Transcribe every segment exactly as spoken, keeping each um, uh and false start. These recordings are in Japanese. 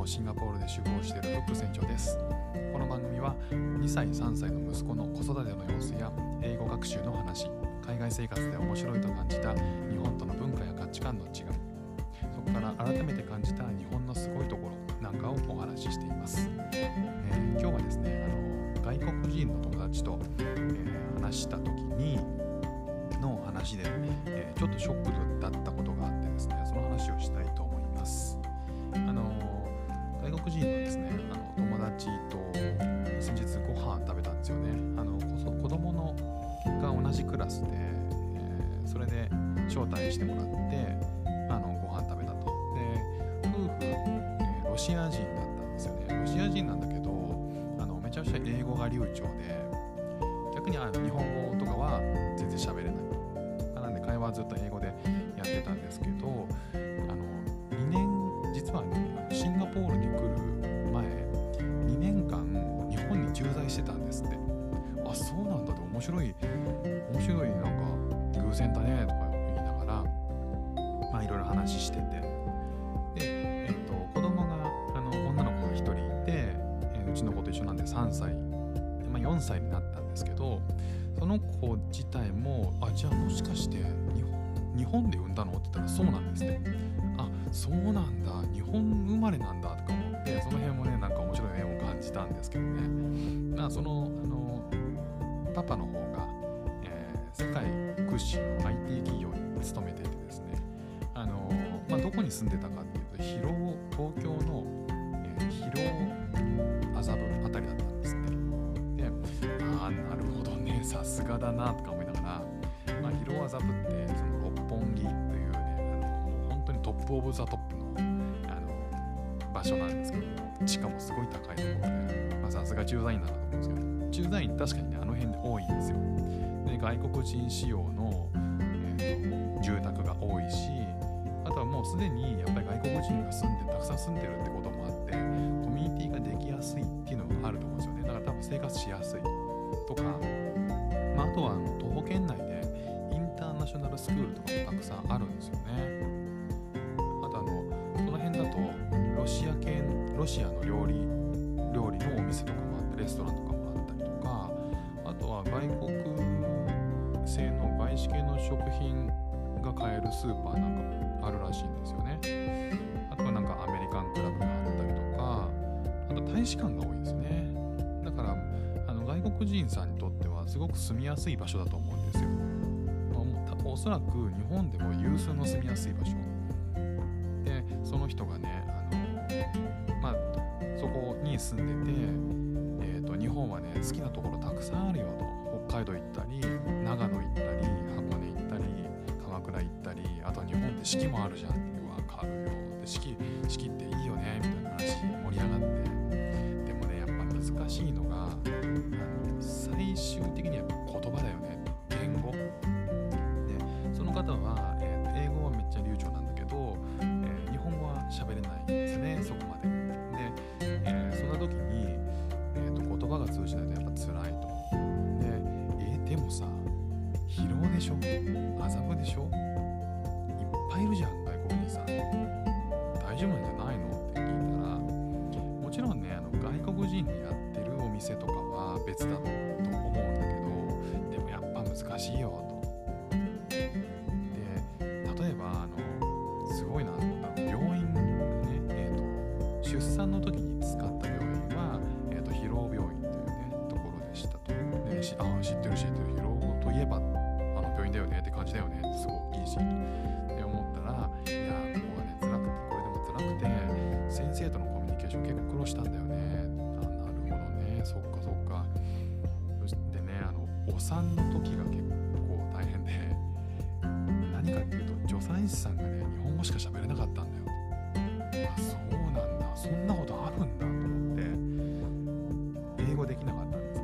シンガポールで修行しているフック船長です。この番組はにさいさんさいの息子の子育ての様子や英語学習の話、海外生活で面白いと感じた日本との文化や価値観の違い、そこから改めて感じた日本のすごいところなんかをお話ししています。えー、今日はですねあの外国人の友達と、えー、話した時にの話で、えー、ちょっとショックだったことがあってですね、その話をしたいと思います。あの外国人のですねあの友達と先日ご飯食べたんですよね。あの子供のが同じクラスで、えー、それで招待してもらってあのご飯食べたと。で夫婦、えー、ロシア人だったんですよね。ロシア人なんだけどあのめちゃくちゃ英語が流暢で、逆にあの日本語とかは全然喋れない。なんで会話はずっと英語でやってたんですけど、あのにねん実はねシンガポールに来る前にねんかん日本に駐在してたんですって。あ、そうなんだって面白い面白いなんか偶然だねとか言いながらまあいろいろ話してて、で、えっと子供があの女の子がひとりいて、えー、うちの子と一緒なんでさんさい、まあ、よんさいになったんですけど、その子自体もあじゃあもしかして日本日本で産んだのって言ったらそうなんですね。あ、そうなんだ、日本生まれなんだとか思って、その辺もねなんか面白い面を感じたんですけどね。まあそのあのパパの方が、えー、世界屈指の アイティー 企業に勤めていてですね、あのまあどこに住んでたかっていうと広尾東京の、えー、広尾麻布あたりだったんですね。で、ああなるほどね、さすがだなとか思いながら、まあ広尾麻布ってその六本木というね、あのもう本当にトップオブザトップのあの場所なんですけども、地価もすごい高いところで、まあさすが駐在員だなと思うんですけど、駐在員確かにねあの辺で多いんですよ。で外国人仕様の、えーと、住宅が多いし、あとはもうすでにやっぱり外国人が住んでたくさん住んでるってこともあって、コミュニティができやすいっていうのがあると思うんですよね。だから多分生活しやすいとか、まあ、あとは徒歩圏内でインターナショナルスクールとかもたくさんあるんですよね。あとあのその辺だとロシア系ロシアの料理料理のお店とかもあって、レストランとかもあったりとか、あとは外国製の外資系の食品が買えるスーパーなんかもあるらしいんですよね。あとはなんかアメリカンクラブがあったりとか、あと大使館が多いんですね。だからあの外国人さんにとってはすごく住みやすい場所だと思うんですよ。まあ、おそらく日本でも有数の住みやすい場所で、その人がねあのまあそこに住んでて、えーと、日本はね好きなところたくさんあるよと。北海道行ったり長野行ったり箱根行ったり鎌倉行ったり、あと日本って四季もあるじゃんって。わかるよで、四季四季っていいよねみたいな話盛り上がって、でもねやっぱ難しいのがあの最終的には言葉だよね、言語で。その方は、えー、英語はめっちゃ流暢なんだけど、えー、日本語は喋れないんですね、そこまでで、えー、そんな時に、えー、と言葉が通じないとやっぱ辛いと。で、えー、でもさ広尾でしょ、麻布でしょ、いっぱいいるじゃん外国人さん、大丈夫なんじゃないのって聞いたら、もちろんねあの外国人のやってるお店とかは別だと思うんだけど、でもやっぱ難しいよと。で例えばあのすごいなと思ったの病院がね、えー、と出産の時に使った病院は、えー、と広尾病院というねところでしたと。でしあ知ってる知ってる、広尾といえばあの病院だよねって感じだよねってすごいいいしって思ったら、いやここはね辛くてこれでも辛くて先生とのコミュニケーション結構苦労したんだよね。あなるほどね、そっかそっか。でねあのお産の時が結構大変で、何かっていうと助産師さんがね日本語しか喋れなかったんだよ。あ、そうなんだ、そんなことあるんだと思って英語できなかったんですって。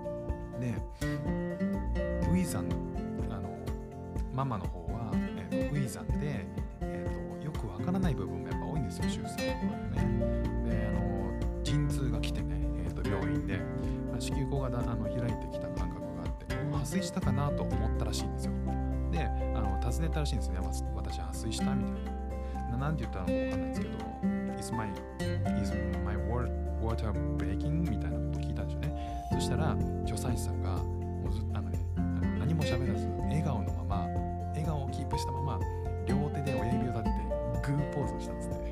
でウィザンあのママの方は、えー、とウィザンで、えー、とよくわからない部分もやっぱ多いんですよ、出産の頃でね。であの陣痛が来てね、えー、と病院で子宮口がだあの開いてきた感覚があって、破水したかなと思ったらしいんですよ。であの尋ねたらしいんですね。私破水したみたいな。なんて言ったのかわかんないんですけど、 is my, is my water breaking? みたいなことを聞いたんですよね。そしたら助産師さんがもうずあの、ね、あの何も喋らず笑顔のまま笑顔をキープしたまま両手で親指を立ててグーポーズをしたんですね。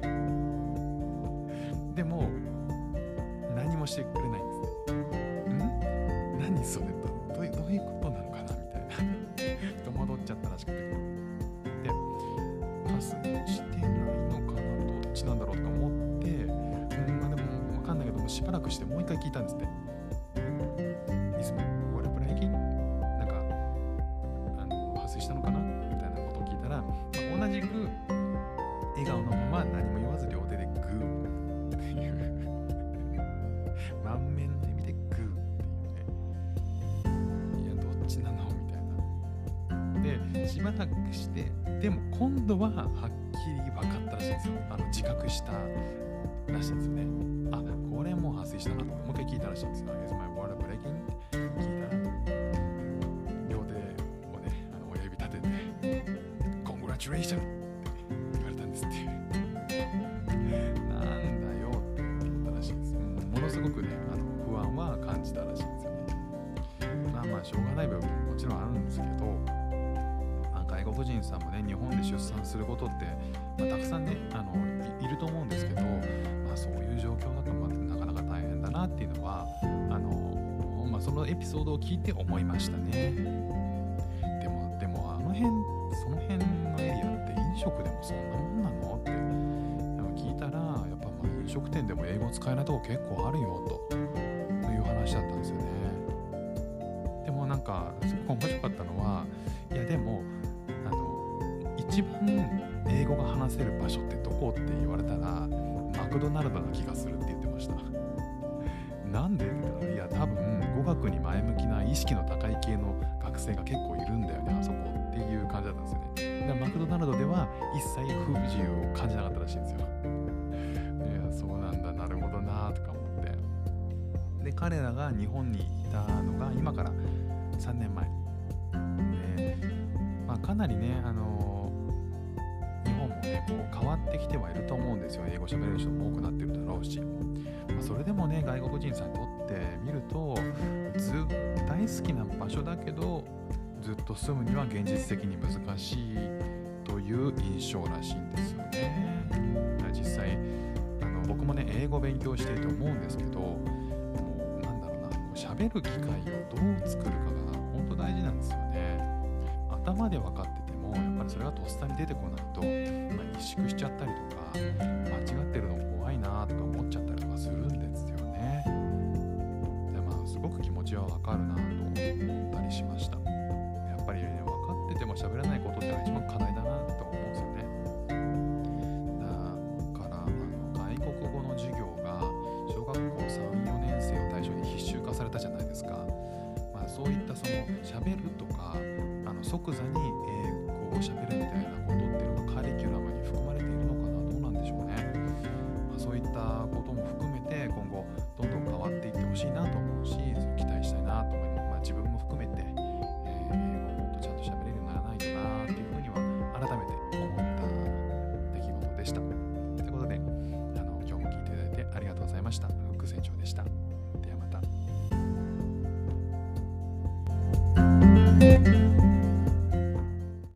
でも何もしてくれないんですね。ん何それとどういう、どういうことなのかなみたいな戸惑っちゃったらしくて、で麻酔してないのかな、どっちなんだろうとか思って、うんまあでも分かんないけどもしばらくしてもう一回聞いたんですね。Is my water breaking? なんかあの破水したのかなみたいなことを聞いたら、まあ、同じく笑顔のまま何も言わず両手でグーっていう満面の笑みでグーっていうね、いやどっちなのみたいな。でしばらくしてでも今度ははっきり分かったらしいんですよ。あの自覚したらしいんですよね。あ、これもう破水したなともう一回聞いたらしいんですよ。Is my water breaking? って聞いたら両手をねあの親指立てて Congratulations! って言われたんですって。なんだよって言ったらしいです。ものすごくねあの不安は感じたらしいんですよね。まあまあしょうがない部分ももちろんあるんですけど、まあ、外国人さんもね日本で出産することって、まあ、たくさんねあの い, いると思うんですけど、まあ、そういう状況だと、まあ、なかなか大変だなっていうのはあの、まあ、そのエピソードを聞いて思いましたね。でもでもあの辺その辺のエリアって飲食でもそんなもんなのって聞いたら、やっぱまあ飲食店でも英語使えないとこ結構あるよという話だったんですよね。でもなんかすごく面白かったのは、いやでもあの一番英語が話せる場所ってどこって言われたらマクドナルドな気がするって言ってました。なんでって言ったら、いや多分語学に前向きな意識の高い系の学生が結構いるんだよねあそこっていう感じだったんですよね。でマクドナルドでは一切不自由を感じなかったらしいんですよ。いやそうなんだ、なるほどなとか思って、で彼らが日本にいたのが今からさんねんまえで、まあ、かなりねあのー、日本もねこう変わってきてはいると思うんですよ。英語喋れる人も多くなってるだろうし、まあ、それでもね外国人さんにとってみるとず大好きな場所だけどずっと住むには現実的に難しいという印象らしいんですよね。実際あの僕もね英語勉強していて思うんですけど、もうなんだろうな、もう喋る機会をどう作るかが本当大事なんですよね。頭で分かっててもやっぱりそれがとっさに出てこないと、まあ、萎縮しちゃったりとか間違ってるの怖いなとか思っちゃったりとかするんですよね。でまあすごく気持ちは分かるなと思ったりしました。やっぱり、ね、分かってても喋らないことってのが一番課題だなと思うんですよね。だからあの外国語の授業が小学校さん、よねん生を対象に必修化されたじゃないですか。まあ、そういったその喋るとかあの即座に英語を喋るみたいなことっていうのがカリキュラムに含まれているのかな、どうなんでしょうね。まあ、そういったことも含めて今後どんどん変わっていってほしいなと思うし、期待したいなと思います。まあ、自分も含めて